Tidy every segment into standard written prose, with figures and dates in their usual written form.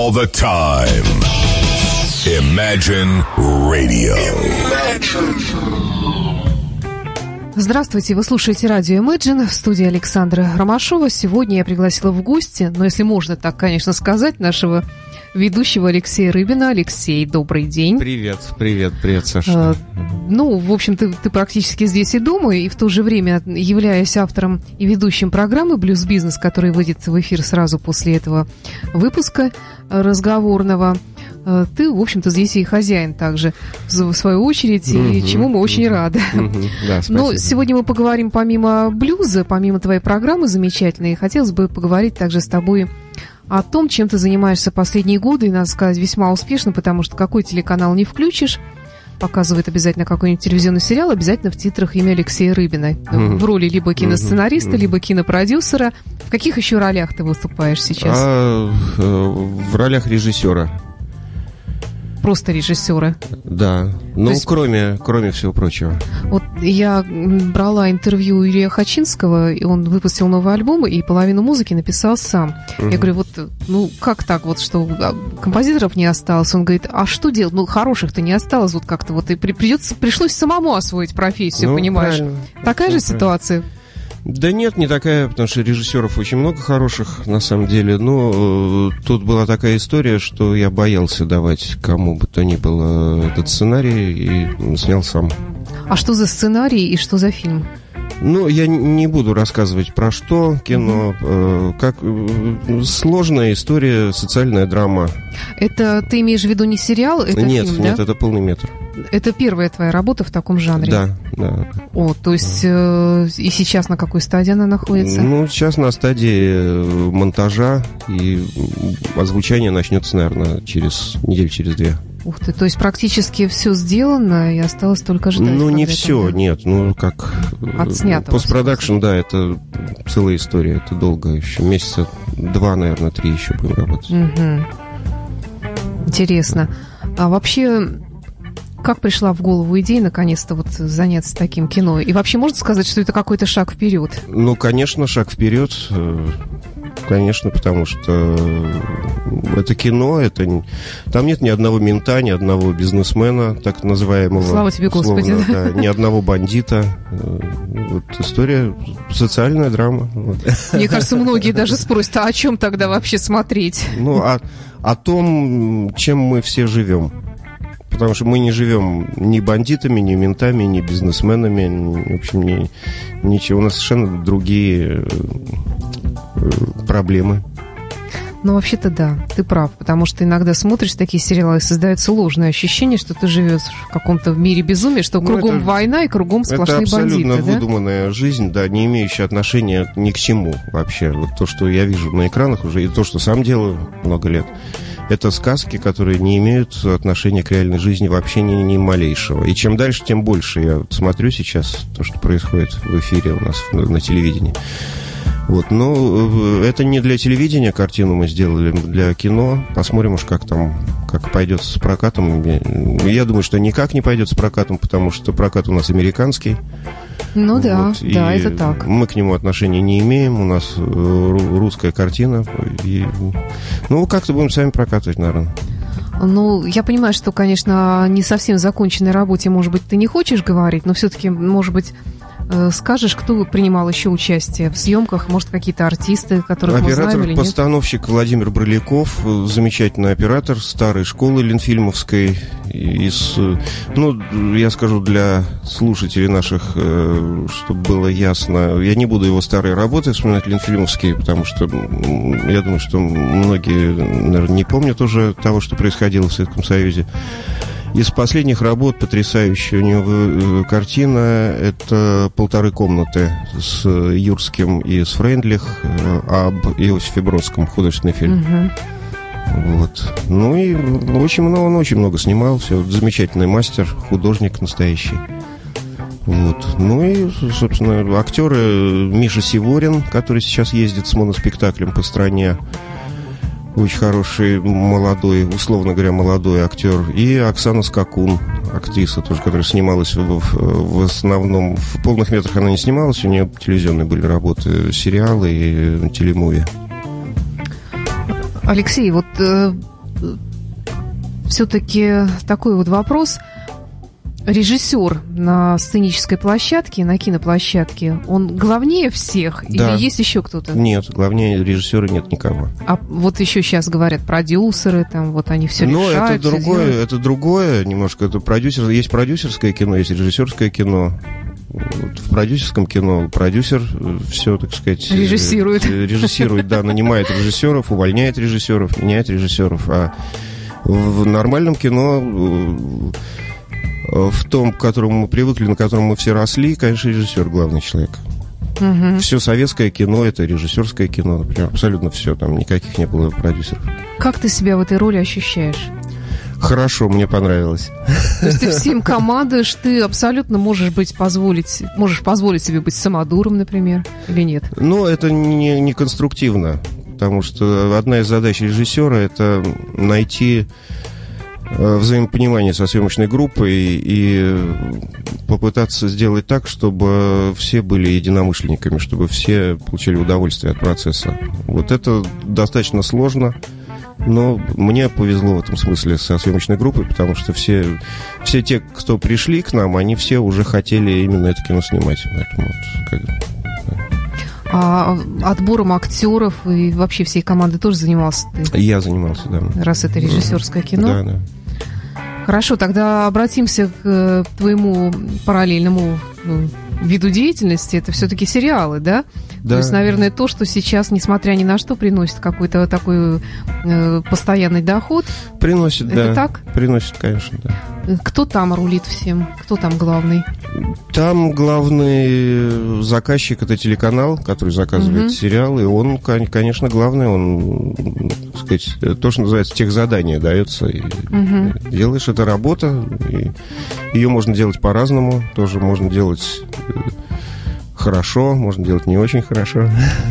all the time. Imagine Radio. Здравствуйте, вы слушаете радио Imagine, в студии Александра Ромашова. Сегодня я пригласила в гости, но если можно так, конечно, сказать, нашего ведущего Алексея Рыбина. Алексей, добрый день. Привет, Саша. В общем, ты практически здесь и дома, и в то же время, являясь автором и ведущим программы «Блюз-бизнес», который выйдет в эфир сразу после этого выпуска разговорного, ты, в общем-то, здесь и хозяин также, в свою очередь, и чему мы очень рады. Да, но сегодня мы поговорим помимо блюза, помимо твоей программы замечательной, хотелось бы поговорить также с тобой о том, чем ты занимаешься последние годы, и, надо сказать, весьма успешно, потому что какой телеканал не включишь, показывает обязательно какой-нибудь телевизионный сериал, обязательно в титрах имя Алексея Рыбина. В роли либо киносценариста, либо кинопродюсера. В каких еще ролях ты выступаешь сейчас? В ролях режиссера. Просто режиссера. Да, есть, кроме всего прочего. Вот я брала интервью Юрия Хачинского, и он выпустил новый альбом, и половину музыки написал сам. Я говорю, как так, что композиторов не осталось? Он говорит, а что делать? Хороших-то не осталось, как-то и пришлось самому освоить профессию, понимаешь? Правильно. Такая же ситуация? Да нет, не такая, потому что режиссеров очень много хороших, на самом деле. Но тут была такая история, что я боялся давать кому бы то ни было этот сценарий и снял сам. А что за сценарий и что за фильм? Я не буду рассказывать про что кино. Как сложная история, социальная драма. Это ты имеешь в виду не сериал, это нет, фильм, Нет, да? это полный метр. Это первая твоя работа в таком жанре? Да. То есть и сейчас на какой стадии она находится? Сейчас на стадии монтажа, и озвучание начнется, наверное, недели через 2. Ух ты, то есть практически все сделано, и осталось только ждать? Не все, нет, как... Отснято. Постпродакшн, да, это целая история, это долго еще, месяца 2, наверное, 3 еще будем работать. Интересно. А вообще, как пришла в голову идея, наконец-то, заняться таким кино? И вообще, можно сказать, что это какой-то шаг вперед? Конечно, шаг вперед. Конечно, потому что это кино, там нет ни одного мента, ни одного бизнесмена, так называемого. Слава тебе, Господи. Да, ни одного бандита. История, социальная драма. Мне кажется, многие даже спросят, а о чем тогда вообще смотреть? О том, чем мы все живем. Потому что мы не живем ни бандитами, ни ментами, ни бизнесменами. В общем, ничего. У нас совершенно другие проблемы. Вообще-то да, ты прав, потому что иногда смотришь такие сериалы, и создается ложное ощущение, что ты живешь в каком-то мире безумия, что кругом война и кругом сплошные бандиты. Это абсолютно выдуманная жизнь, да, не имеющая отношения ни к чему вообще. То, что я вижу на экранах уже, и то, что сам делаю много лет, это сказки, которые не имеют отношения к реальной жизни вообще ни малейшего. И чем дальше, тем больше. Я смотрю сейчас то, что происходит в эфире у нас на телевидении. Но это не для телевидения картину мы сделали, для кино. Посмотрим уж, как пойдет с прокатом. Я думаю, что никак не пойдет с прокатом, потому что прокат у нас американский. Да, это так. Мы к нему отношения не имеем, у нас русская картина. Как-то будем сами прокатывать, наверное. Я понимаю, что, конечно, о не совсем законченной работе, может быть, ты не хочешь говорить, но все-таки, может быть, скажешь, кто принимал еще участие в съемках, может, какие-то артисты, которых мы знаем или нет? Оператор-постановщик Владимир Брыляков, замечательный оператор старой школы ленфильмовской. Я скажу для слушателей наших, чтобы было ясно, я не буду его старые работы вспоминать ленфильмовские, потому что я думаю, что многие, наверное, не помнят уже того, что происходило в Советском Союзе. Из последних работ потрясающая у него картина. Это «Полторы комнаты» с Юрским и с Фрейндлих об Иосифе Бродском, художественный фильм. И он очень много снимал. Все, замечательный мастер, художник настоящий. И, собственно, актеры Миша Сиворин, который сейчас ездит с моноспектаклем по стране. Очень хороший, молодой, условно говоря, молодой актер. И Оксана Скакун, актриса тоже, которая снималась в основном... В полных метрах она не снималась, у нее телевизионные были работы, сериалы и телемуви. Алексей, все-таки такой вот вопрос. Режиссер на сценической площадке, на киноплощадке, он главнее всех? Да. Или есть еще кто-то? Нет, главнее режиссера нет никого. А вот еще сейчас говорят продюсеры, там вот они все решают. Но это другое немножко. Это есть продюсерское кино, есть режиссерское кино. Вот в продюсерском кино продюсер все, так сказать... Режиссирует, да, нанимает режиссеров, увольняет режиссеров, меняет режиссеров. А в нормальном кино... В том, к которому мы привыкли, на котором мы все росли, конечно, режиссер главный человек. Угу. Все советское кино — это режиссерское кино, например. Абсолютно все, там никаких не было продюсеров. Как ты себя в этой роли ощущаешь? Хорошо, мне понравилось. То есть ты всем командуешь, ты абсолютно можешь позволить себе быть самодуром, например, или нет? Ну, это не конструктивно, потому что одна из задач режиссера — это найти взаимопонимание со съемочной группой и попытаться сделать так, чтобы все были единомышленниками, чтобы все получили удовольствие от процесса. Вот это достаточно сложно, но мне повезло в этом смысле со съемочной группой, потому что все те, кто пришли к нам, они все уже хотели именно это кино снимать. Поэтому А отбором актеров и вообще всей команды тоже занимался ты? Я занимался, да. Раз это режиссерское кино? Да. Хорошо, тогда обратимся к твоему параллельному виду деятельности. Это все-таки сериалы, да? Да. То есть, наверное, то, что сейчас, несмотря ни на что, приносит какой-то такой постоянный доход. Приносит, это да. Так? Приносит, конечно, да. Кто там рулит всем? Кто там главный? Там главный заказчик — это телеканал, который заказывает сериалы. И он, конечно, главный. Он, так сказать, то, что называется, техзадание дается. И делаешь, это работа. И ее можно делать по-разному. Тоже можно делать хорошо, можно делать не очень хорошо.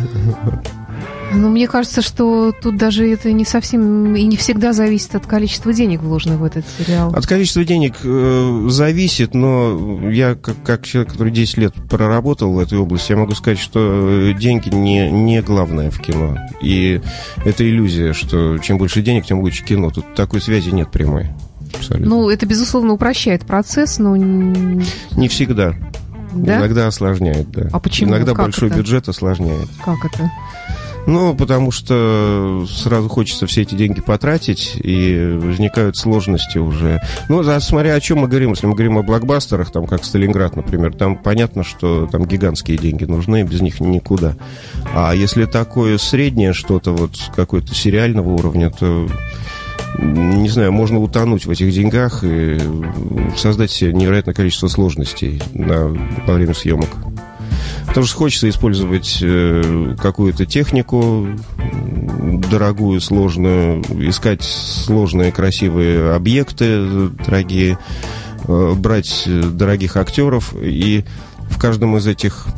Ну, мне кажется, что тут даже это не совсем и не всегда зависит от количества денег, вложенных в этот сериал. От количества денег зависит, но я, как человек, который 10 лет проработал в этой области, я могу сказать, что деньги не главное в кино. И это иллюзия, что чем больше денег, тем лучше кино. Тут такой связи нет прямой. Абсолютно. Ну, это, безусловно, упрощает процесс, но... Не всегда. Да? Иногда осложняет, да. А почему? Иногда как большой это? Бюджет осложняет. Как это? Ну, потому что сразу хочется все эти деньги потратить, и возникают сложности уже. Ну, смотря о чем мы говорим. Если мы говорим о блокбастерах, там, как «Сталинград», например, там понятно, что там гигантские деньги нужны, без них никуда. А если такое среднее что-то, вот какое-то сериального уровня, то... Не знаю, можно утонуть в этих деньгах и создать себе невероятное количество сложностей во время съемок. Потому что хочется использовать какую-то технику дорогую, сложную, искать сложные, красивые объекты дорогие, брать дорогих актеров. И в каждом из этих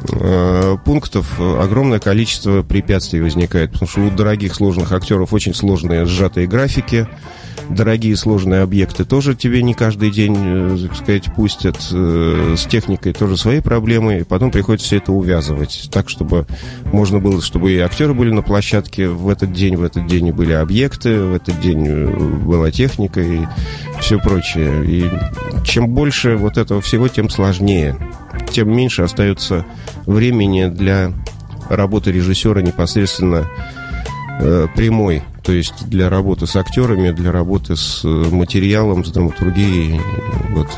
пунктов огромное количество препятствий возникает, потому что у дорогих сложных актеров очень сложные сжатые графики, дорогие сложные объекты тоже тебе не каждый день, так сказать, пустят, с техникой тоже свои проблемы, и потом приходится все это увязывать так, чтобы можно было, чтобы и актеры были на площадке в этот день и были объекты, в этот день была техника и все прочее. И чем больше вот этого всего, тем сложнее, тем меньше остается времени для работы режиссера непосредственно прямой, то есть для работы с актерами, для работы с материалом, с драматургией. Вот.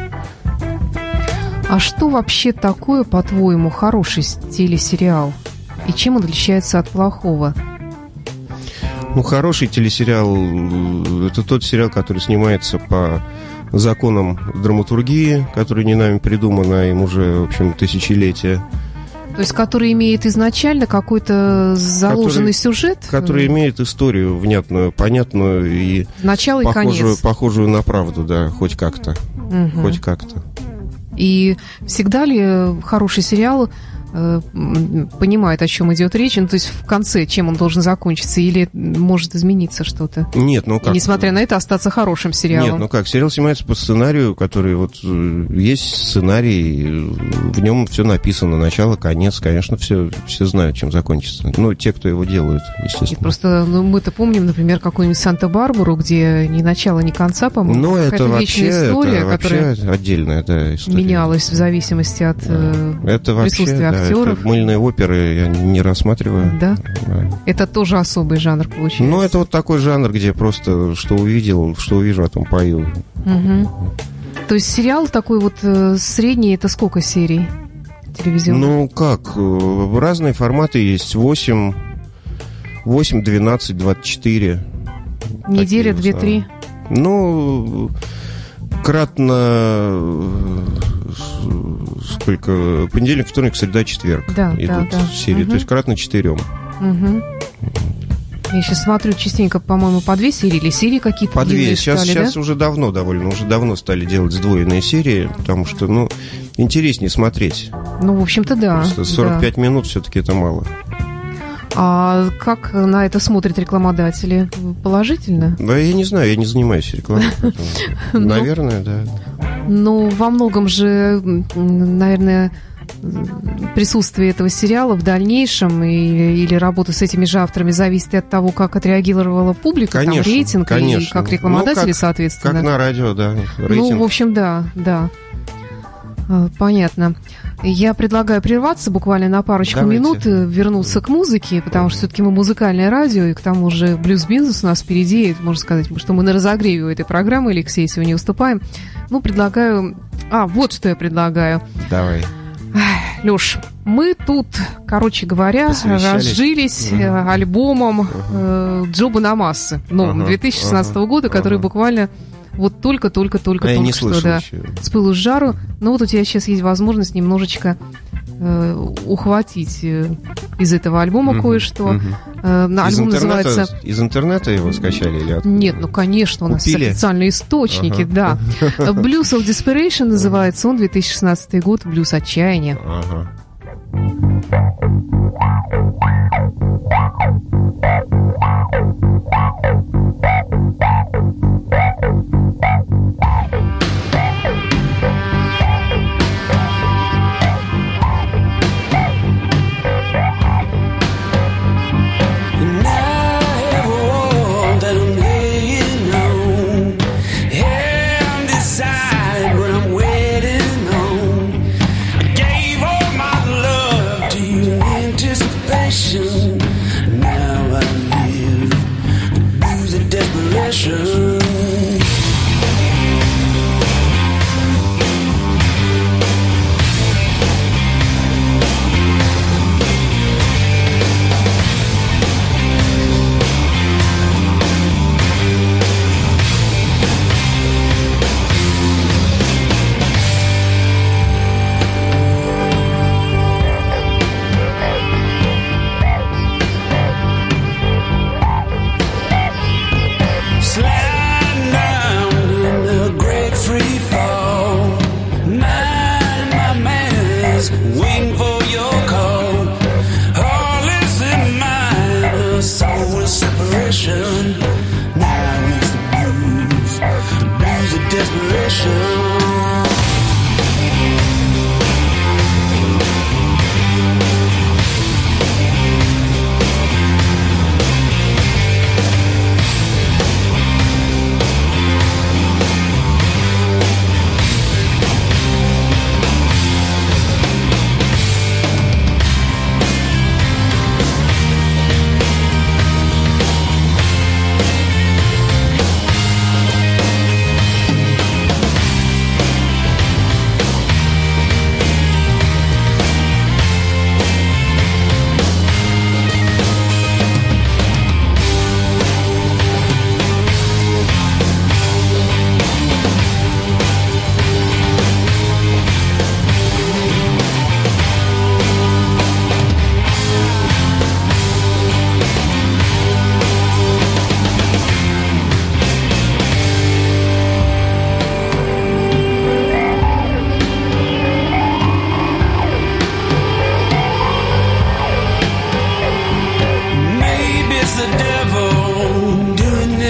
А что вообще такое, по-твоему, хороший телесериал? И чем он отличается от плохого? Ну, хороший телесериал – это тот сериал, который снимается по законам драматургии, который не нами придуман, а им уже, в общем, тысячелетия. То есть, который имеет изначально какой-то заложенный сюжет? Который имеет историю внятную, понятную и начало и конец. Похожую на правду, да, хоть как-то. Угу. Хоть как-то. И всегда ли хороший сериал понимает, о чем идет речь, ну, то есть в конце, чем он должен закончиться, или может измениться что-то? Нет, ну как? И, несмотря на это, остаться хорошим сериалом? Нет, ну как, сериал снимается по сценарию, который вот есть сценарий, в нем все написано, начало, конец, конечно, все знают, чем закончится. Ну, те, кто его делают, естественно. И просто мы-то помним, например, какую-нибудь Санта-Барбару, где ни начала, ни конца, по-моему, ну, это вообще, история, которая отдельная, да, история. Менялась в зависимости от это присутствия вообще, актеров. Это мыльные оперы я не рассматриваю. Да? Да. Это тоже особый жанр получается. Ну, это вот такой жанр, где просто что увидел, что увижу, о том пою. Угу. То есть сериал такой вот средний, это сколько серий телевизионных? Ну, как, разные форматы есть. 8, 12, 24. Неделя, 2-3? Ну, кратно... Сколько? Понедельник, вторник, среда, четверг. Да, идут серии. Угу. То есть кратно 4. Угу. Я сейчас смотрю частенько, по-моему, по 2 серии или серии какие-то по 2. Сейчас да? Уже давно стали делать сдвоенные серии, потому что, ну, интереснее смотреть. Ну, в общем-то, да. Просто 45 минут все-таки это мало. А как на это смотрят рекламодатели? Положительно? Да, я не знаю, я не занимаюсь рекламой. Наверное, да. Ну, во многом же, наверное, присутствие этого сериала в дальнейшем или работа с этими же авторами зависит от того, как отреагировала публика, конечно, там рейтинг, конечно. и как рекламодатели, ну, соответственно. Как на радио, да, рейтинг. Ну, в общем, да. Понятно. Я предлагаю прерваться буквально на парочку минут, вернуться к музыке, потому что все-таки мы музыкальное радио, и к тому же блюз-бизнес у нас впереди. Можно сказать, что мы на разогреве у этой программы, Алексей, сегодня выступаем. Ну, предлагаю... вот что я предлагаю. Давай. Лёш, мы тут, короче говоря, разжились альбомом Джо Бонамассы, новым 2016 года, который буквально... Вот только что, да, с пылу с жару. Но вот у тебя сейчас есть возможность немножечко ухватить из этого альбома кое-что. Альбом называется... Из интернета его скачали или откуда? Нет, ну, конечно, у нас официальные источники, да. Blues of Desperation называется он, 2016 год, блюз отчаяния.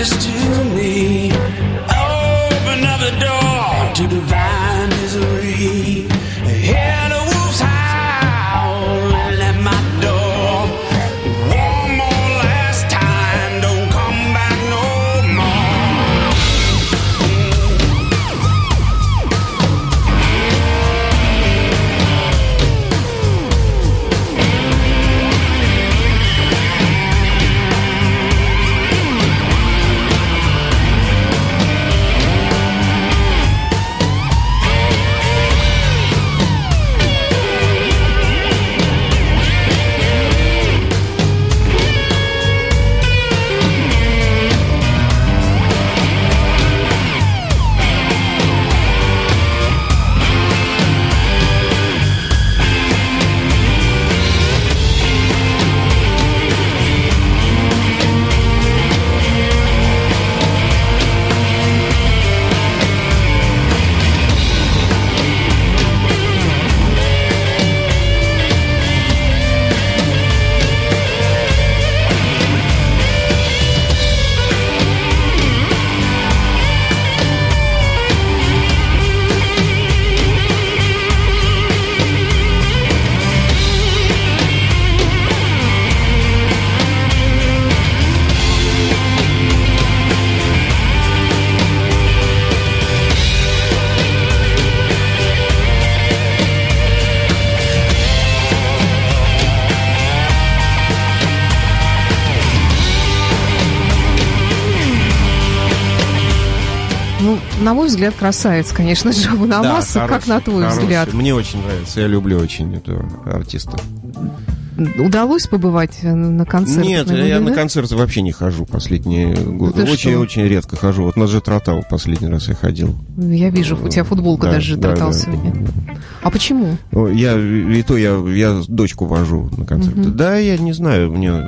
this to me. Open up the door to divine misery. Hear the wolves howling at my door. One more last time, don't come back no more. На мой взгляд, красавец, конечно, Джо Бонамасса. Да, как на твой взгляд? Мне очень нравится, я люблю очень этого артиста. Удалось побывать на концертах? Нет, я на концерты вообще не хожу последние годы. Очень-очень редко хожу. Вот на Джетротау последний раз я ходил. Я вижу, у тебя футболка даже Джетротау сегодня. А почему? Я дочку вожу на концерты. Да, я не знаю,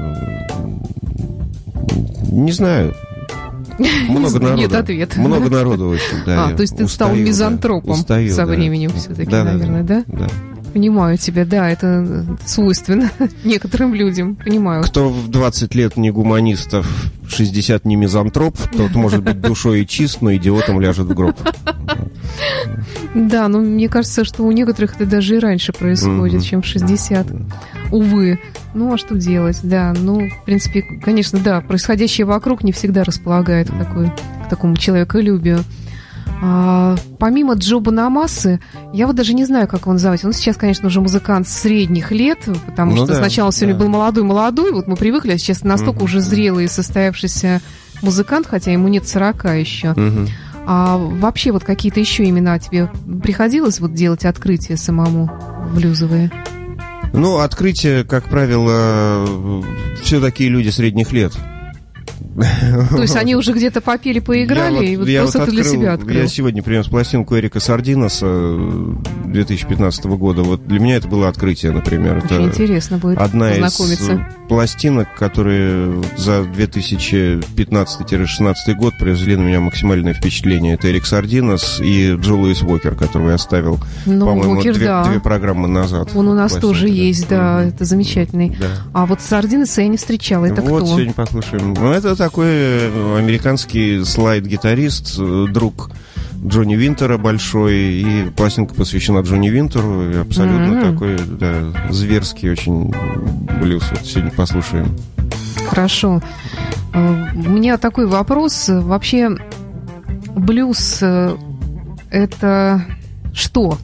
не знаю. Много народу. Нет ответа. Много народу очень, да. То есть ты стал мизантропом со временем все-таки, наверное, да? Да. Понимаю тебя, да, это свойственно некоторым людям, понимаю. Кто в 20 лет не гуманист, а в 60 не мизантроп, тот может быть душой и чист, но идиотом ляжет в гроб. Да, но мне кажется, что у некоторых это даже и раньше происходит, чем в 60. Увы. Ну, а что делать? Да, в принципе, конечно, да, происходящее вокруг не всегда располагает к такому человеколюбию. Помимо Джо Бонамассы, я вот даже не знаю, как он зовут. Он сейчас, конечно, уже музыкант средних лет, потому что сначала сегодня был молодой, вот мы привыкли, а сейчас настолько уже зрелый и состоявшийся музыкант, хотя ему нет 40 еще. А вообще вот какие-то еще имена тебе приходилось вот делать открытия самому блюзовые? Открытие, как правило, все такие люди средних лет. То есть они уже где-то попели, поиграли, и вот просто ты для себя открыл. Я сегодня принес пластинку Эрика Сардинаса 2015 года. Вот для меня это было открытие, например. Очень интересно будет познакомиться. Одна из пластинок, которые за 2015-16 год произвели на меня максимальное впечатление. Это Эрик Сардинас и Джо Луис Уокер, которого я ставил, по-моему, две программы назад. Он у нас тоже есть, да, это замечательный. Да. А вот Сардинаса я не встречала, это вот, кто? Вот, сегодня послушаем. Это такой американский слайд-гитарист, друг Джонни Винтера большой, и пластинка посвящена Джонни Винтеру, и абсолютно такой, да, зверский очень блюз. Вот сегодня послушаем. Хорошо. У меня такой вопрос. Вообще, блюз — это что?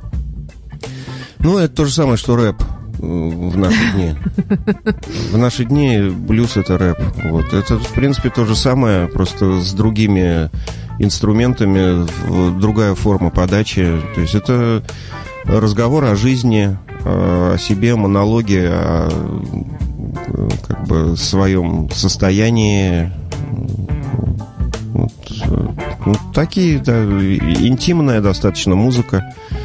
Это то же самое, что рэп. В наши дни. В наши дни блюз — это рэп. Вот. Это, в принципе, то же самое, просто с другими инструментами, другая форма подачи. То есть это разговор о жизни, о себе, монологи, о своем состоянии. Такие, да, интимная достаточно музыка.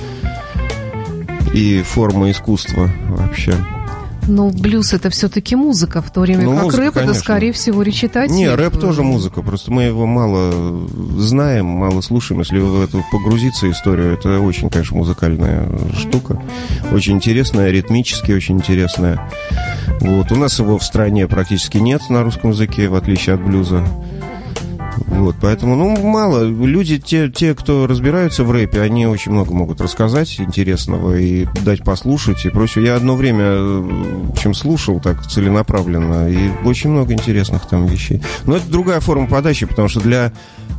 И форма искусства вообще. Но блюз — это все-таки музыка, в то время как музыка, рэп — это, скорее всего, речитатив. Не, рэп тоже музыка, просто мы его мало знаем, мало слушаем. Если в эту погрузиться историю, это очень, конечно, музыкальная штука. Очень интересная, ритмически очень интересная. Вот. У нас его в стране практически нет на русском языке, в отличие от блюза. Вот, поэтому, мало. Люди, те, кто разбираются в рэпе, они очень много могут рассказать интересного и дать послушать и прочее. Я одно время, в общем, слушал так целенаправленно, и очень много интересных там вещей. Но это другая форма подачи, потому что для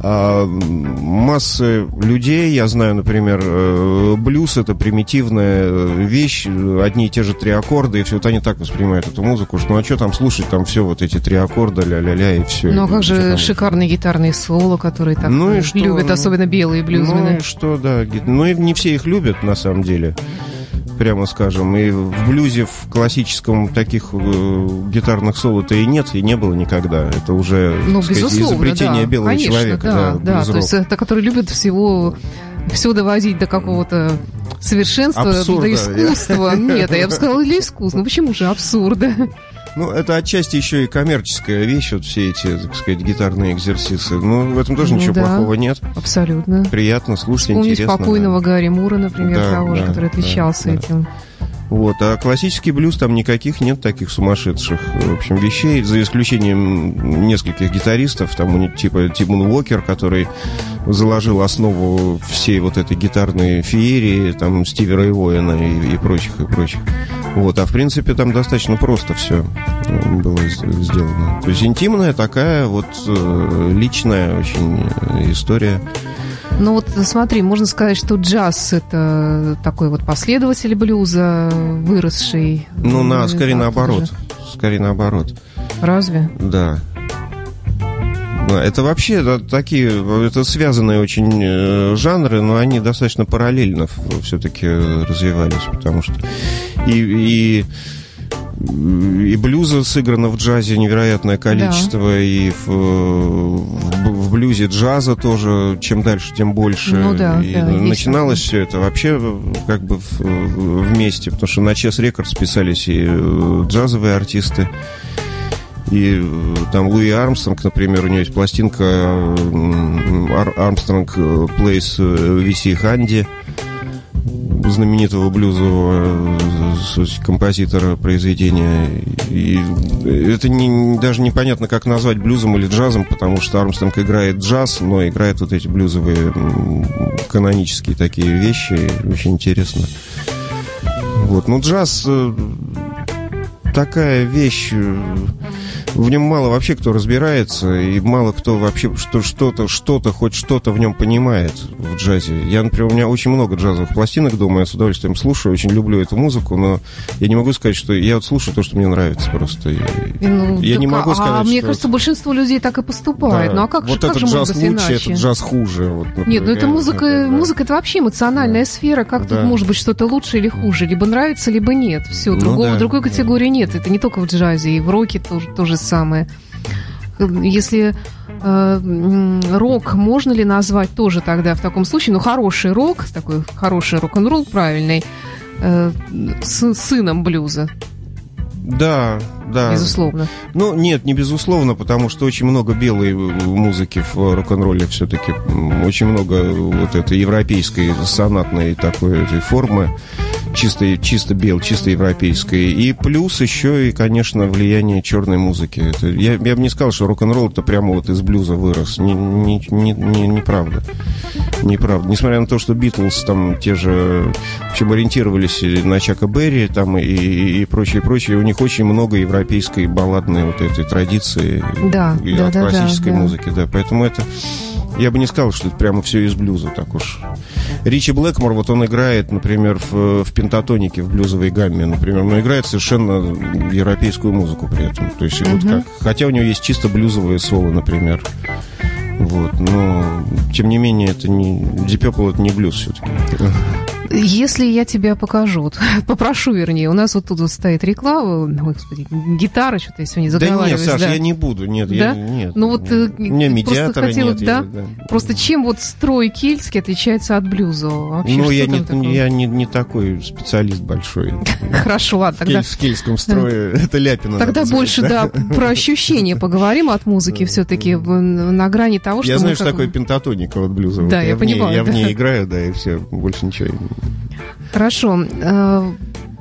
массы людей, я знаю, например, блюз — это примитивная вещь, одни и те же 3 аккорда, и все, вот они так воспринимают эту музыку, что а что там слушать, там все вот эти 3 аккорда, ля-ля-ля, и все. Ну, а как же шикарные гитарные соло, которые так любят, особенно белые блюзмены. Ну, что, да. Ну, и не все их любят, на самом деле, прямо скажем. И в блюзе, в классическом, таких гитарных соло-то и нет, и не было никогда. Это уже, изобретение белого человека. Да, то есть это, который любит все доводить до какого-то совершенства, абсурда, до искусства. Нет, я бы сказала, для искусства. Ну, почему же абсурда? Ну, это отчасти еще и коммерческая вещь, вот все эти, так сказать, гитарные экзерсисы. Ну, в этом тоже ничего плохого нет. Абсолютно. Приятно слушать, вспомнить интересно. Покойного Гарри Мура, например, того же, который отличался этим. Вот, а классический блюз там никаких нет таких сумасшедших, в общем, вещей, за исключением нескольких гитаристов, там типа Тимон Уокер, который заложил основу всей вот этой гитарной феерии, там Стиви Рэй Война и прочих. Вот, а в принципе там достаточно просто все было сделано. То есть интимная такая вот личная очень история. Ну вот смотри, можно сказать, что джаз — это такой вот последователь блюза, выросший. Ну, скорее наоборот. Скорее наоборот. Разве? Да. Это вообще такие, это связанные очень жанры, но они достаточно параллельно все-таки развивались, потому что и блюза сыграно в джазе невероятное количество, да. И в блюзе джаза тоже, чем дальше, тем больше. Ну, да, и начиналось все это вообще как бы вместе, потому что на Chess Records писались и джазовые артисты. И там Луи Армстронг, например, у него есть пластинка Армстронг Plays V.C. Ханди, знаменитого блюзового композитора произведения. И это даже непонятно, как назвать блюзом или джазом, потому что Армстронг играет джаз, но играет вот эти блюзовые канонические такие вещи. Очень интересно. Вот. Ну, джаз такая вещь, в нем мало вообще кто разбирается, и мало кто вообще хоть что-то в нем понимает в джазе. У меня очень много джазовых пластинок дома, я с удовольствием слушаю, очень люблю эту музыку, но я не могу сказать, что я вот слушаю то, что мне нравится просто. Я не могу сказать, мне кажется, большинство людей так и поступает. Да. Ну а как вот же этот может джаз быть лучше, иначе? этот джаз хуже. Вот, например, нет, ну это музыка это вообще эмоциональная сфера. Как тут может быть что-то лучше или хуже? Либо нравится, либо нет. Все, другой категории нет. Это не только в джазе, и в роке то же самое. Если рок можно ли назвать тоже тогда в таком случае, хороший рок, такой хороший рок-н-ролл, правильный, сыном блюза? Да. Безусловно. Ну, нет, не безусловно, потому что очень много белой музыки в рок-н-ролле все-таки. Очень много вот этой европейской сонатной такой этой формы. Чисто европейской. И плюс еще и, конечно, влияние черной музыки. Я бы не сказал, что рок-н-ролл это прямо вот из блюза вырос. Неправда. Неправда. Несмотря на то, что Битлз там те же, в общем, ориентировались на Чака Берри там и прочее, у них очень много европейской балладной вот этой традиции от классической музыки. Да. Поэтому это... Я бы не сказал, что это прямо все из блюза, так уж. Ричи Блэкмор, вот он играет, например, в пентатонике, в блюзовой гамме, например, но играет совершенно европейскую музыку при этом. То есть, вот как, хотя у него есть чисто блюзовые соло, например. Вот, но, тем не менее, это не... Deep Purple — это не блюз все-таки. Если я тебя попрошу, вернее, у нас вот тут вот стоит реклама, господи, гитара, что-то я сегодня заговариваюсь. Да нет, Саш, я не буду, нет. Да? Нет. Ну вот у меня медиатора нет. Да? Просто чем вот строй кельтский отличается от блюзового? Вообще, ну, я не такой специалист большой. Хорошо, ладно, тогда... В кельтском строе это Ляпина. Тогда больше, про ощущения поговорим от музыки все-таки на грани того, что... Я знаю, что такое пентатоника вот блюзовая. Да, я понимаю. Я в ней играю, да, и все, больше ничего. Хорошо.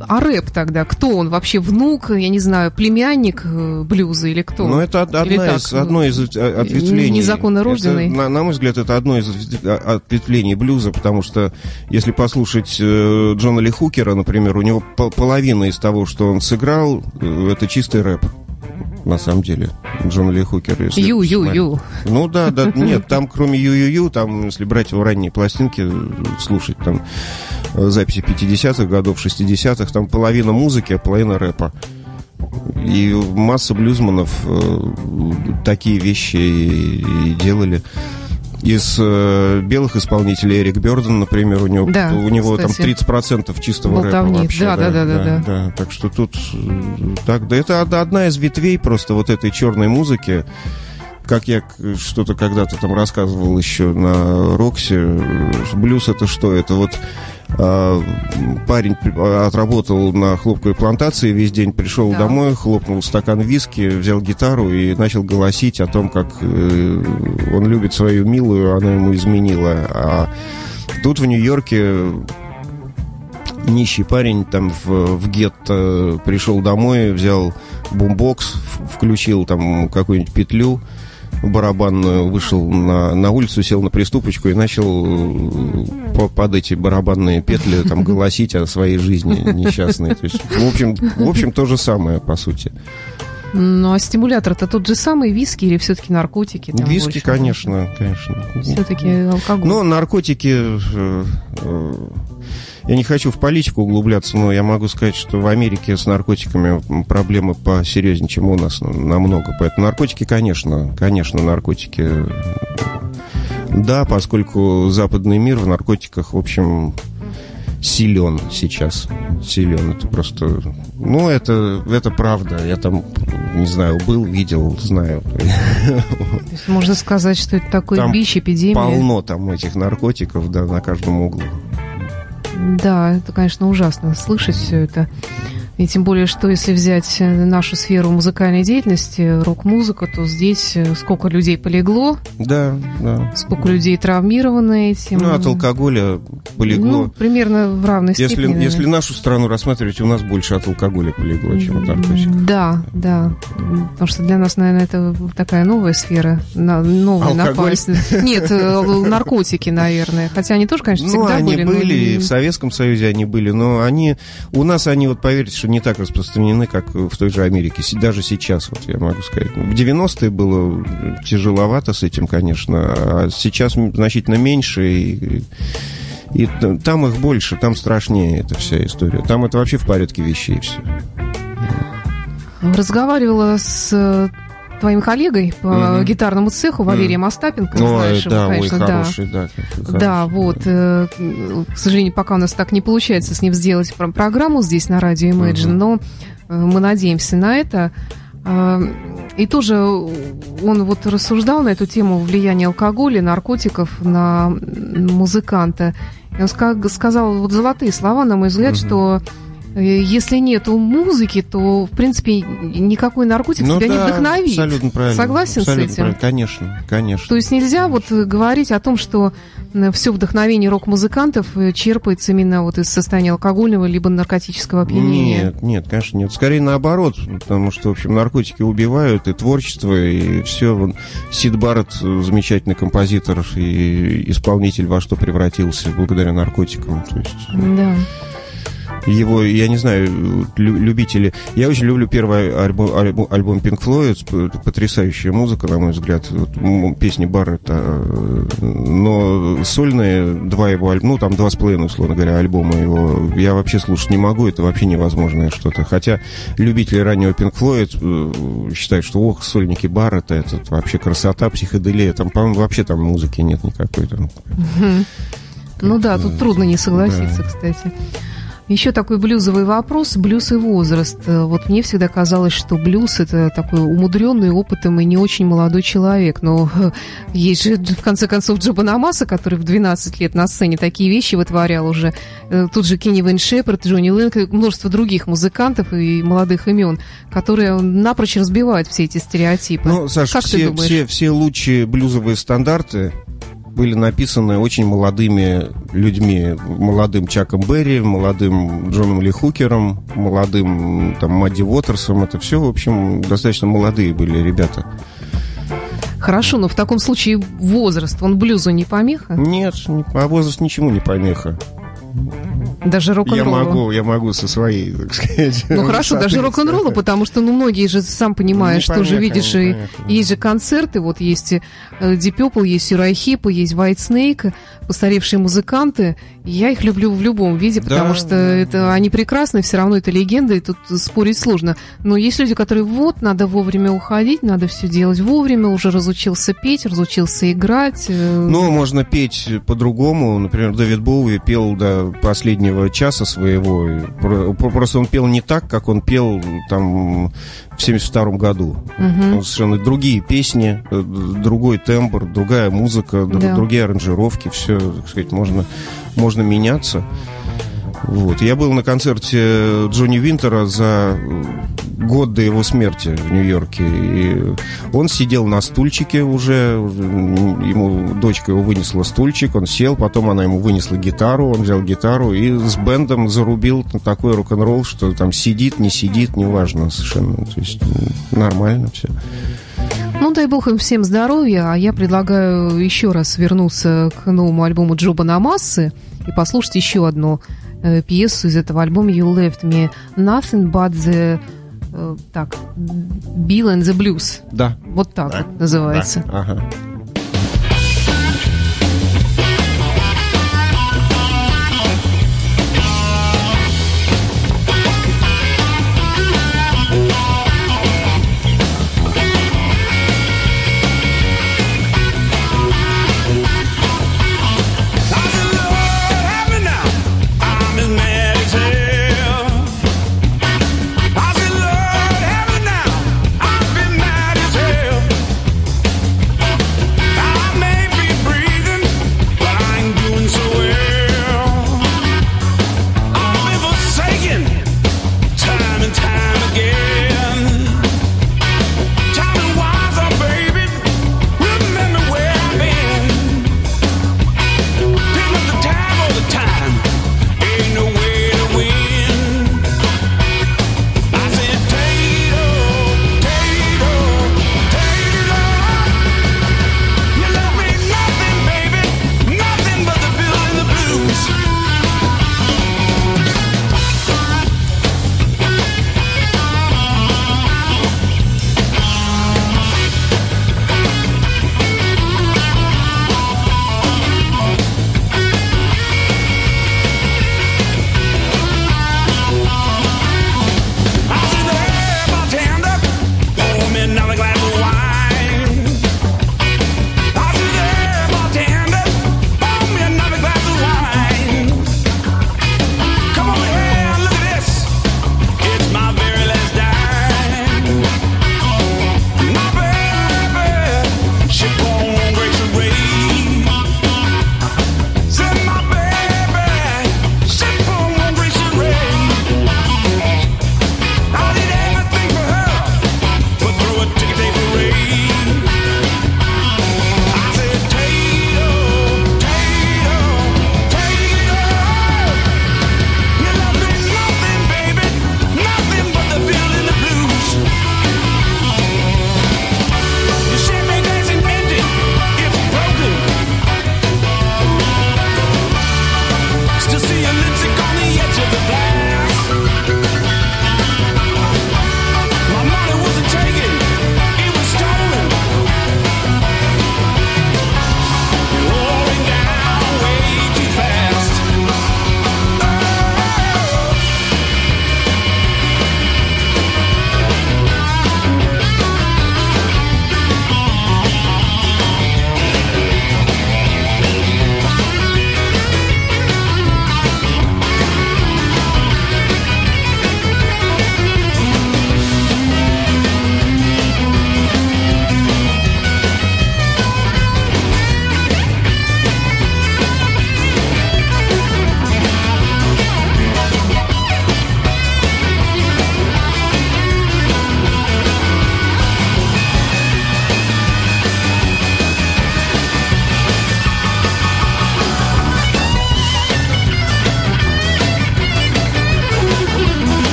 А рэп тогда, кто он? Вообще внук, я не знаю, племянник блюза или кто? Ну, это одно из ответвлений. Незаконно рожденный. На мой взгляд, это одно из ответвлений блюза, потому что если послушать Джона Ли Хукера, например, у него половина из того, что он сыграл, это чистый рэп. На самом деле, Джон Ли Хукер. Ю-ю-ю. Ну да, нет, там кроме ю-ю-ю, там, если брать его ранние пластинки, слушать там записи 50-х годов, 60-х, там половина музыки, а половина рэпа. И масса блюзманов такие вещи и делали. Из белых исполнителей Эрик Бёрден, например, у него там 30% чистого рэпа вообще. Да. Так что тут так, да, это одна из ветвей просто вот этой черной музыки. Как я что-то когда-то там рассказывал еще на Роксе, блюз это что? Это вот парень отработал на хлопковой плантации, весь день пришел домой, хлопнул стакан виски, взял гитару и начал голосить о том, как он любит свою милую, она ему изменила. А тут в Нью-Йорке нищий парень там в гетто пришел домой, взял бумбокс, включил там какую-нибудь петлю барабанную, вышел на улицу, сел на приступочку и начал под эти барабанные петли там голосить о своей жизни несчастной. То есть, в общем, то же самое, по сути. Ну, а стимулятор-то тот же самый, виски или все-таки наркотики? Там виски, больше? конечно. Все-таки алкоголь. Но наркотики... Я не хочу в политику углубляться, но я могу сказать, что в Америке с наркотиками проблемы посерьезнее, чем у нас, намного. Поэтому наркотики, конечно, наркотики. Да, поскольку западный мир в наркотиках, в общем, силен сейчас. Силен. Это просто... Ну, это правда. Я там, не знаю, был, видел, знаю. То есть можно сказать, что это такой там бич, эпидемия. Полно там этих наркотиков, да, на каждом углу. Да, это, конечно, ужасно слышать все это. И тем более, что если взять нашу сферу музыкальной деятельности, рок-музыка, то здесь сколько людей полегло. Да. Сколько людей травмированы этим. Ну, от алкоголя полегло. Ну, примерно в равной степени. Если нашу страну рассматривать, у нас больше от алкоголя полегло, чем от наркотиков. Да. Потому что для нас, наверное, это такая новая сфера. Новая напасть. Нет, наркотики, наверное. Хотя они тоже, конечно, всегда были. Ну, они были, и в Советском Союзе они были, но у нас они, вот поверьте, что не так распространены, как в той же Америке. Даже сейчас, вот я могу сказать. В 90-е было тяжеловато с этим, конечно, а сейчас значительно меньше, и там их больше, там страшнее эта вся история. Там это вообще в порядке вещей все. Разговаривала с твоим коллегой по гитарному цеху Валерием Остапенко, знаешь его, конечно. Хороший, да. Да, вот. К сожалению, пока у нас так не получается с ним сделать программу здесь на радио Imagine, но мы надеемся на это. И тоже он вот рассуждал на эту тему влияния алкоголя, наркотиков на музыканта. И он сказал вот золотые слова, на мой взгляд, что если нету музыки, то, в принципе, никакой наркотик тебя не вдохновит. Абсолютно правильно. Согласен абсолютно с этим? Правильно. Конечно. То есть нельзя вот говорить о том, что все вдохновение рок-музыкантов черпается именно вот из состояния алкогольного либо наркотического опьянения. Нет, конечно, нет. Скорее наоборот, потому что, в общем, наркотики убивают и творчество, и все. Вон, Сид Барретт, замечательный композитор и исполнитель, во что превратился благодаря наркотикам. То есть... Да. Его, я не знаю, любители... Я очень люблю первый альбом Pink Floyd, потрясающая музыка, на мой взгляд, песни Барретта, но сольные два его альбома, ну, там 2,5, условно говоря, альбома его, я вообще слушать не могу, это вообще невозможное что-то. Хотя любители раннего Pink Floyd считают, что, сольники Барретта, это вообще красота, психоделия, там, по-моему, вообще там музыки нет никакой. Там. Ну да, тут трудно не согласиться, кстати. Еще такой блюзовый вопрос, блюз и возраст. Вот мне всегда казалось, что блюз – это такой умудренный опытом и не очень молодой человек. Но есть же, в конце концов, Джо Бонамасса, который в 12 лет на сцене такие вещи вытворял уже. Тут же Кенни Вейн Шепард, Джонни Лэнг и множество других музыкантов и молодых имен, которые напрочь разбивают все эти стереотипы. Ну, Саша, как ты думаешь? Все лучшие блюзовые стандарты были написаны очень молодыми людьми. Молодым Чаком Берри, молодым Джоном Ли Хукером, молодым там Мадди Уотерсом. Это все, в общем, достаточно молодые были ребята. Хорошо, но в таком случае возраст, он блюзу не помеха? Нет, а возраст ничему не помеха. Даже рок-н-роллу? Я могу со своей, так сказать. Ну хорошо, даже рок-н-роллу, потому что, ну, многие же, сам понимаешь, не тоже помеха, видишь, не и помеха. есть же концерты, вот есть Deep Purple, есть Uriah Heep, есть White Snake, постаревшие музыканты. Я их люблю в любом виде, потому что это они прекрасны, все равно это легенда, и тут спорить сложно. Но есть люди, которые вот, надо вовремя уходить, надо все делать вовремя, уже разучился петь, разучился играть. Ну, можно петь по-другому. Например, Дэвид Боуи пел до последнего часа своего. Просто он пел не так, как он пел там в 1972 году. Совершенно другие песни, другой тембр, другая музыка, другие аранжировки. Все, так сказать, можно меняться. Вот. Я был на концерте Джонни Винтера за год до его смерти в Нью-Йорке. И он сидел на стульчике уже. Ему дочка его вынесла стульчик, он сел, потом она ему вынесла гитару, он взял гитару и с бэндом зарубил такой рок-н-ролл, что там сидит, не сидит, неважно совершенно. То есть нормально все. Ну, дай бог им всем здоровья, а я предлагаю еще раз вернуться к новому альбому Джо Бонамассы и послушать еще одну пьесу из этого альбома You Left Me Nothing But the Bill and the Blues. Да. Вот так вот называется. Да. Ага.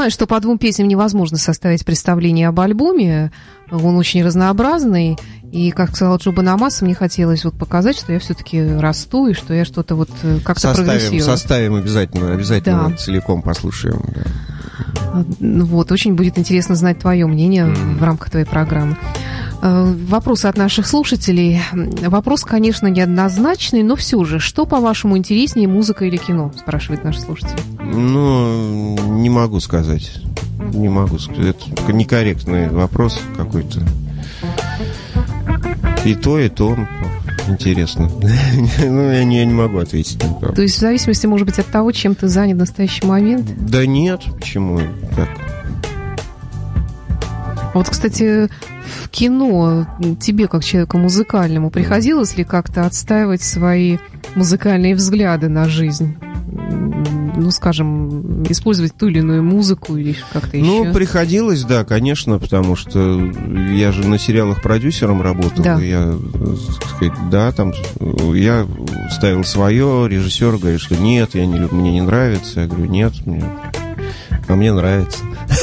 понимаю, что по 2 песням невозможно составить представление об альбоме. Он очень разнообразный. И, как сказал Джо Бонамасса, мне хотелось вот показать, что я все-таки расту, и что я что-то вот как-то прогрессирую. Составим обязательно Да. целиком послушаем. Да. Вот, очень будет интересно знать твое мнение в рамках твоей программы. Вопросы от наших слушателей. Вопрос, конечно, неоднозначный, но все же, что, по-вашему, интереснее, музыка или кино? Спрашивает наш слушатель. Ну, не могу сказать. Не могу сказать. Это некорректный вопрос какой-то. И то интересно. Ну, я не могу ответить. То есть в зависимости, может быть, от того, чем ты занят в настоящий момент? Да нет, почему? Так. Вот, кстати, в кино тебе, как человеку музыкальному, приходилось ли как-то отстаивать свои музыкальные взгляды на жизнь? Ну, скажем, использовать ту или иную музыку или как-то еще? Ну, приходилось, да, конечно, потому что я же на сериалах продюсером работал. Да. И я, так сказать, да, там я ставил свое, режиссер говорит, что нет, мне не нравится. Я говорю, нет, мне нравится.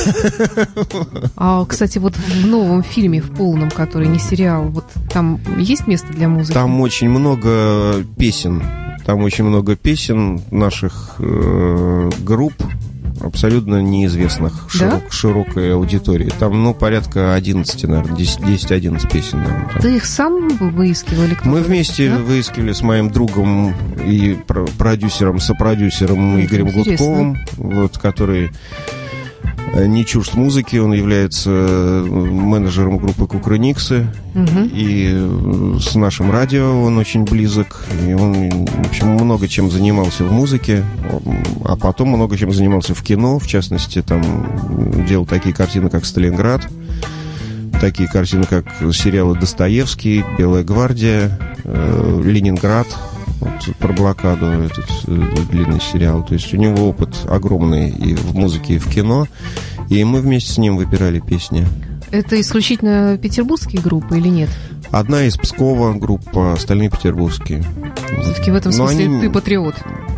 А, кстати, вот в новом фильме, в полном, который не сериал, вот там есть место для музыки? Там очень много песен. Там очень много песен наших групп, абсолютно неизвестных широкой аудитории. Там, ну, порядка 11, наверное, 10-11 песен. Наверное, там. Ты их сам выискивали? Мы вместе выискивали с моим другом и сопродюсером Игорем Гудковым, вот, который не чужд музыки, он является менеджером группы Кукрыниксы, и с нашим радио он очень близок, и он, в общем, много чем занимался в музыке, а потом много чем занимался в кино, в частности, там делал такие картины, как «Сталинград», такие картины, как сериалы «Достоевский», «Белая гвардия», «Ленинград», вот, про блокаду, этот длинный сериал. То есть у него опыт огромный и в музыке, и в кино. И мы вместе с ним выбирали песни. Это исключительно петербургские группы или нет? Одна из Пскова группа, остальные петербургские. Все-таки в этом смысле ты патриот.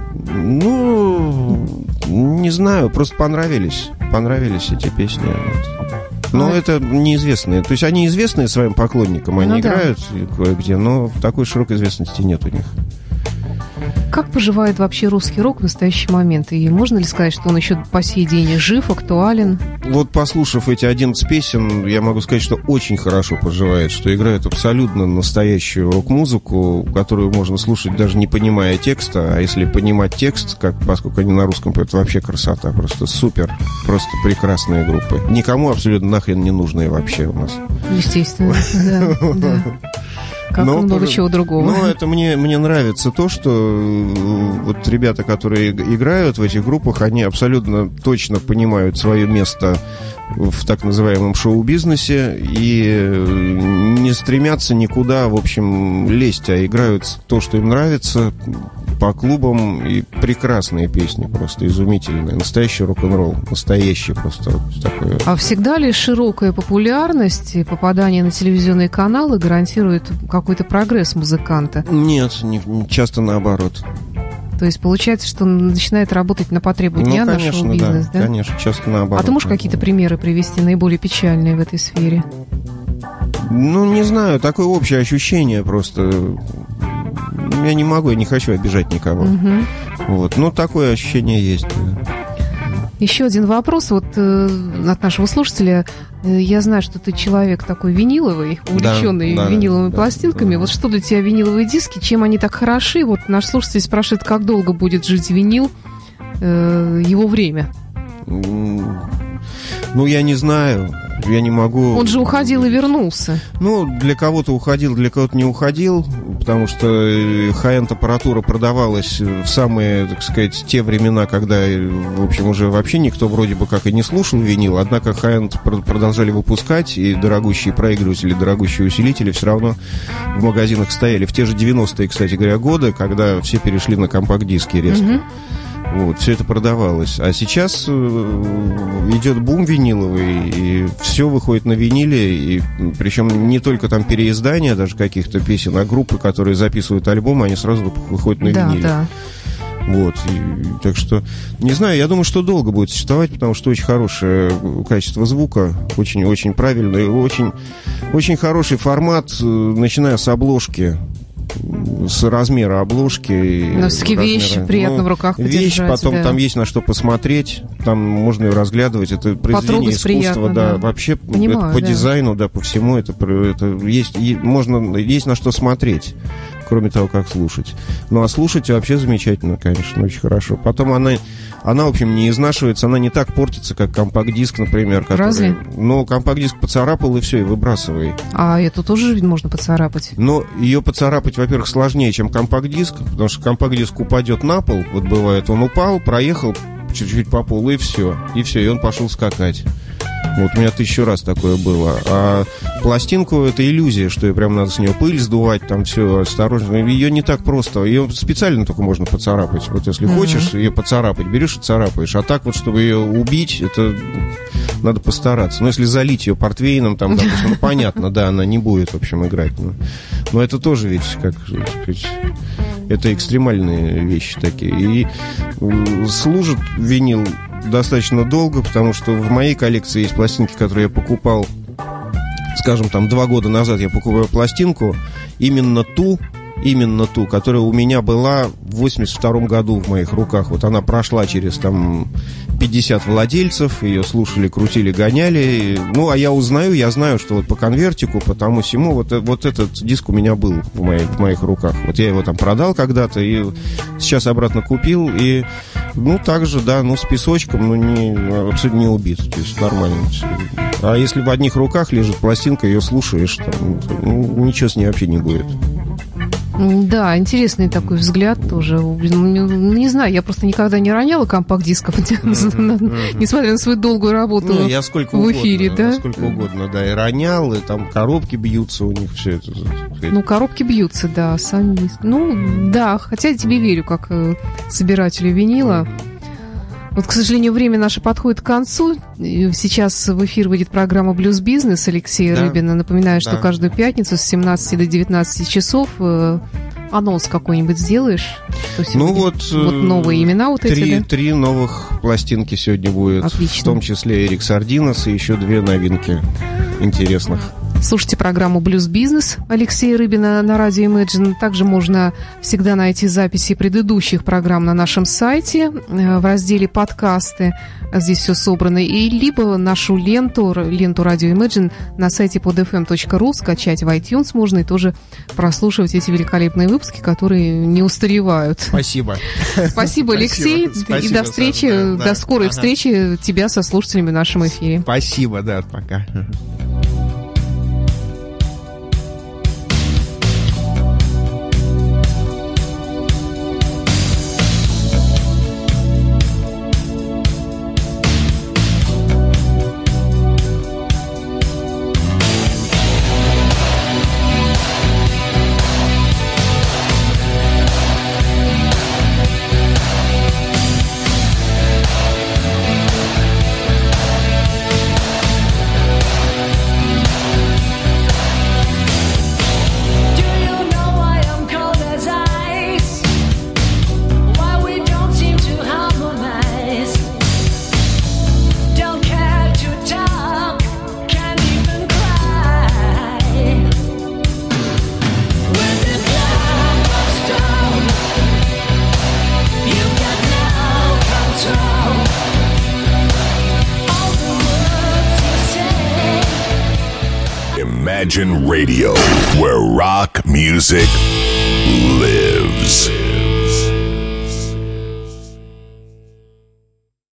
Ну, не знаю, просто понравились эти песни. Но это неизвестные. То есть они известные своим поклонникам, они играют кое-где, но такой широкой известности нет у них. Как поживает вообще русский рок в настоящий момент? И можно ли сказать, что он еще по сей день жив, актуален? Вот, послушав эти 11 песен, я могу сказать, что очень хорошо поживает, что играют абсолютно настоящую рок-музыку, которую можно слушать даже не понимая текста, а если понимать текст, поскольку они на русском, это вообще красота, просто супер, просто прекрасные группы. Никому абсолютно нахрен не нужные вообще у нас. Естественно, да. Как много чего другого. Ну, это мне нравится то, что вот ребята, которые играют в этих группах, они абсолютно точно понимают свое место в так называемом шоу-бизнесе и не стремятся никуда, в общем, лезть, а играют то, что им нравится, по клубам, и прекрасные песни, просто изумительные. Настоящий рок-н-ролл, настоящий просто вот такой. А всегда ли широкая популярность и попадание на телевизионные каналы гарантирует какой-то прогресс музыканта? Нет, часто наоборот. То есть получается, что он начинает работать на потребу дня, на шоу-бизнес, да? Конечно, часто наоборот. А ты можешь какие-то примеры привести, наиболее печальные в этой сфере? Ну, не знаю, такое общее ощущение просто. Я не хочу обижать никого. Вот. Но такое ощущение есть. Еще один вопрос вот от нашего слушателя. Я знаю, что ты человек такой виниловый, увлеченный виниловыми пластинками. Вот что для тебя виниловые диски, чем они так хороши? Вот наш слушатель спрашивает, как долго будет жить винил, его время? Ну, я не знаю. Я не могу... Он же уходил и вернулся. Ну, для кого-то уходил, для кого-то не уходил, потому что хай-энд аппаратура продавалась в самые, так сказать, те времена, когда, в общем, уже вообще никто вроде бы как и не слушал винил, однако хай-энд продолжали выпускать, и дорогущие проигрыватели, дорогущие усилители все равно в магазинах стояли. В те же 90-е, кстати говоря, годы, когда все перешли на компакт-диски резко. Вот, все это продавалось. А сейчас идет бум виниловый, и все выходит на виниле, и причем не только там переиздания даже каких-то песен, а группы, которые записывают альбомы, они сразу выходят на виниле. Да. Вот, так что, не знаю, я думаю, что долго будет существовать, потому что очень хорошее качество звука, очень-очень правильное, очень хороший формат, начиная с обложки, с размера обложки. Но все-таки вещь приятно в руках подержать. Вещь, потом да. Там есть на что посмотреть, там можно ее разглядывать, это произведение искусства, приятно, да, вообще понимаю, это по да. дизайну, да, по всему, это есть на что смотреть, кроме того, как слушать. Ну, а слушать вообще замечательно, конечно, очень хорошо. Потом она, в общем, не изнашивается, она не так портится, как компакт-диск, например. Который, разве? Ну, компакт-диск поцарапал, и все, и выбрасывай. А эту тоже можно поцарапать? Но ее поцарапать, во-первых, сложнее, чем компакт-диск, потому что компакт-диск упадет на пол, вот бывает, он упал, проехал чуть-чуть по полу, и все, и он пошел скакать. Вот у меня 1000 раз такое было. А пластинку — это иллюзия, что ее прям надо с нее пыль сдувать, там все осторожно. Ее не так просто. Ее специально только можно поцарапать. Вот если хочешь ее поцарапать, берешь и царапаешь. А так вот, чтобы ее убить, это надо постараться. Но если залить ее портвейном, там, допустим, ну, понятно, да, она не будет, в общем, играть. Но это тоже ведь, как сказать, это экстремальные вещи такие. И служит винил достаточно долго, потому что в моей коллекции есть пластинки, которые я покупал, скажем, там 2 года назад я покупаю пластинку, именно ту, которая у меня была в 82 году в моих руках. Вот она прошла через там 50 владельцев, ее слушали, крутили, гоняли. Ну, а я знаю, что вот по конвертику, по тому-сему, вот этот диск у меня был в моих руках. Вот я его там продал когда-то и сейчас обратно купил. И, ну, также, да, ну, с песочком, но абсолютно не убит. То есть нормально. А если в одних руках лежит пластинка, ее слушаешь, там, ну, ничего с ней вообще не будет. Да, интересный такой взгляд тоже. Не знаю, я просто никогда не роняла компакт-дисков, несмотря на свою долгую работу в эфире, да? Сколько угодно, да, и ронял, и там коробки бьются у них, все это. Ну, коробки бьются, да, сами диски. Ну, да, хотя я тебе верю, как собирателю винила. Вот, к сожалению, время наше подходит к концу. Сейчас в эфир выйдет программа «Блюз-бизнес» Алексея Рыбина. Напоминаю, что каждую пятницу с 17 до 19 часов анонс какой-нибудь сделаешь? Ну вот новые имена вот эти, да? 3 новых пластинки сегодня будет. Отлично. В том числе Эрик Сардинас и еще 2 новинки интересных. Слушайте программу «Блюз-бизнес» Алексея Рыбина на радио Imagine. Также можно всегда найти записи предыдущих программ на нашем сайте в разделе «Подкасты». Здесь все собрано. И либо нашу ленту радио Imagine на сайте podfm.ru скачать в iTunes можно и тоже прослушивать эти великолепные выпуски, которые не устаревают. Спасибо. Спасибо, Алексей. И до встречи, до скорой встречи тебя со слушателями в нашем эфире. Спасибо, да, пока. Imagine Radio, where rock music lives.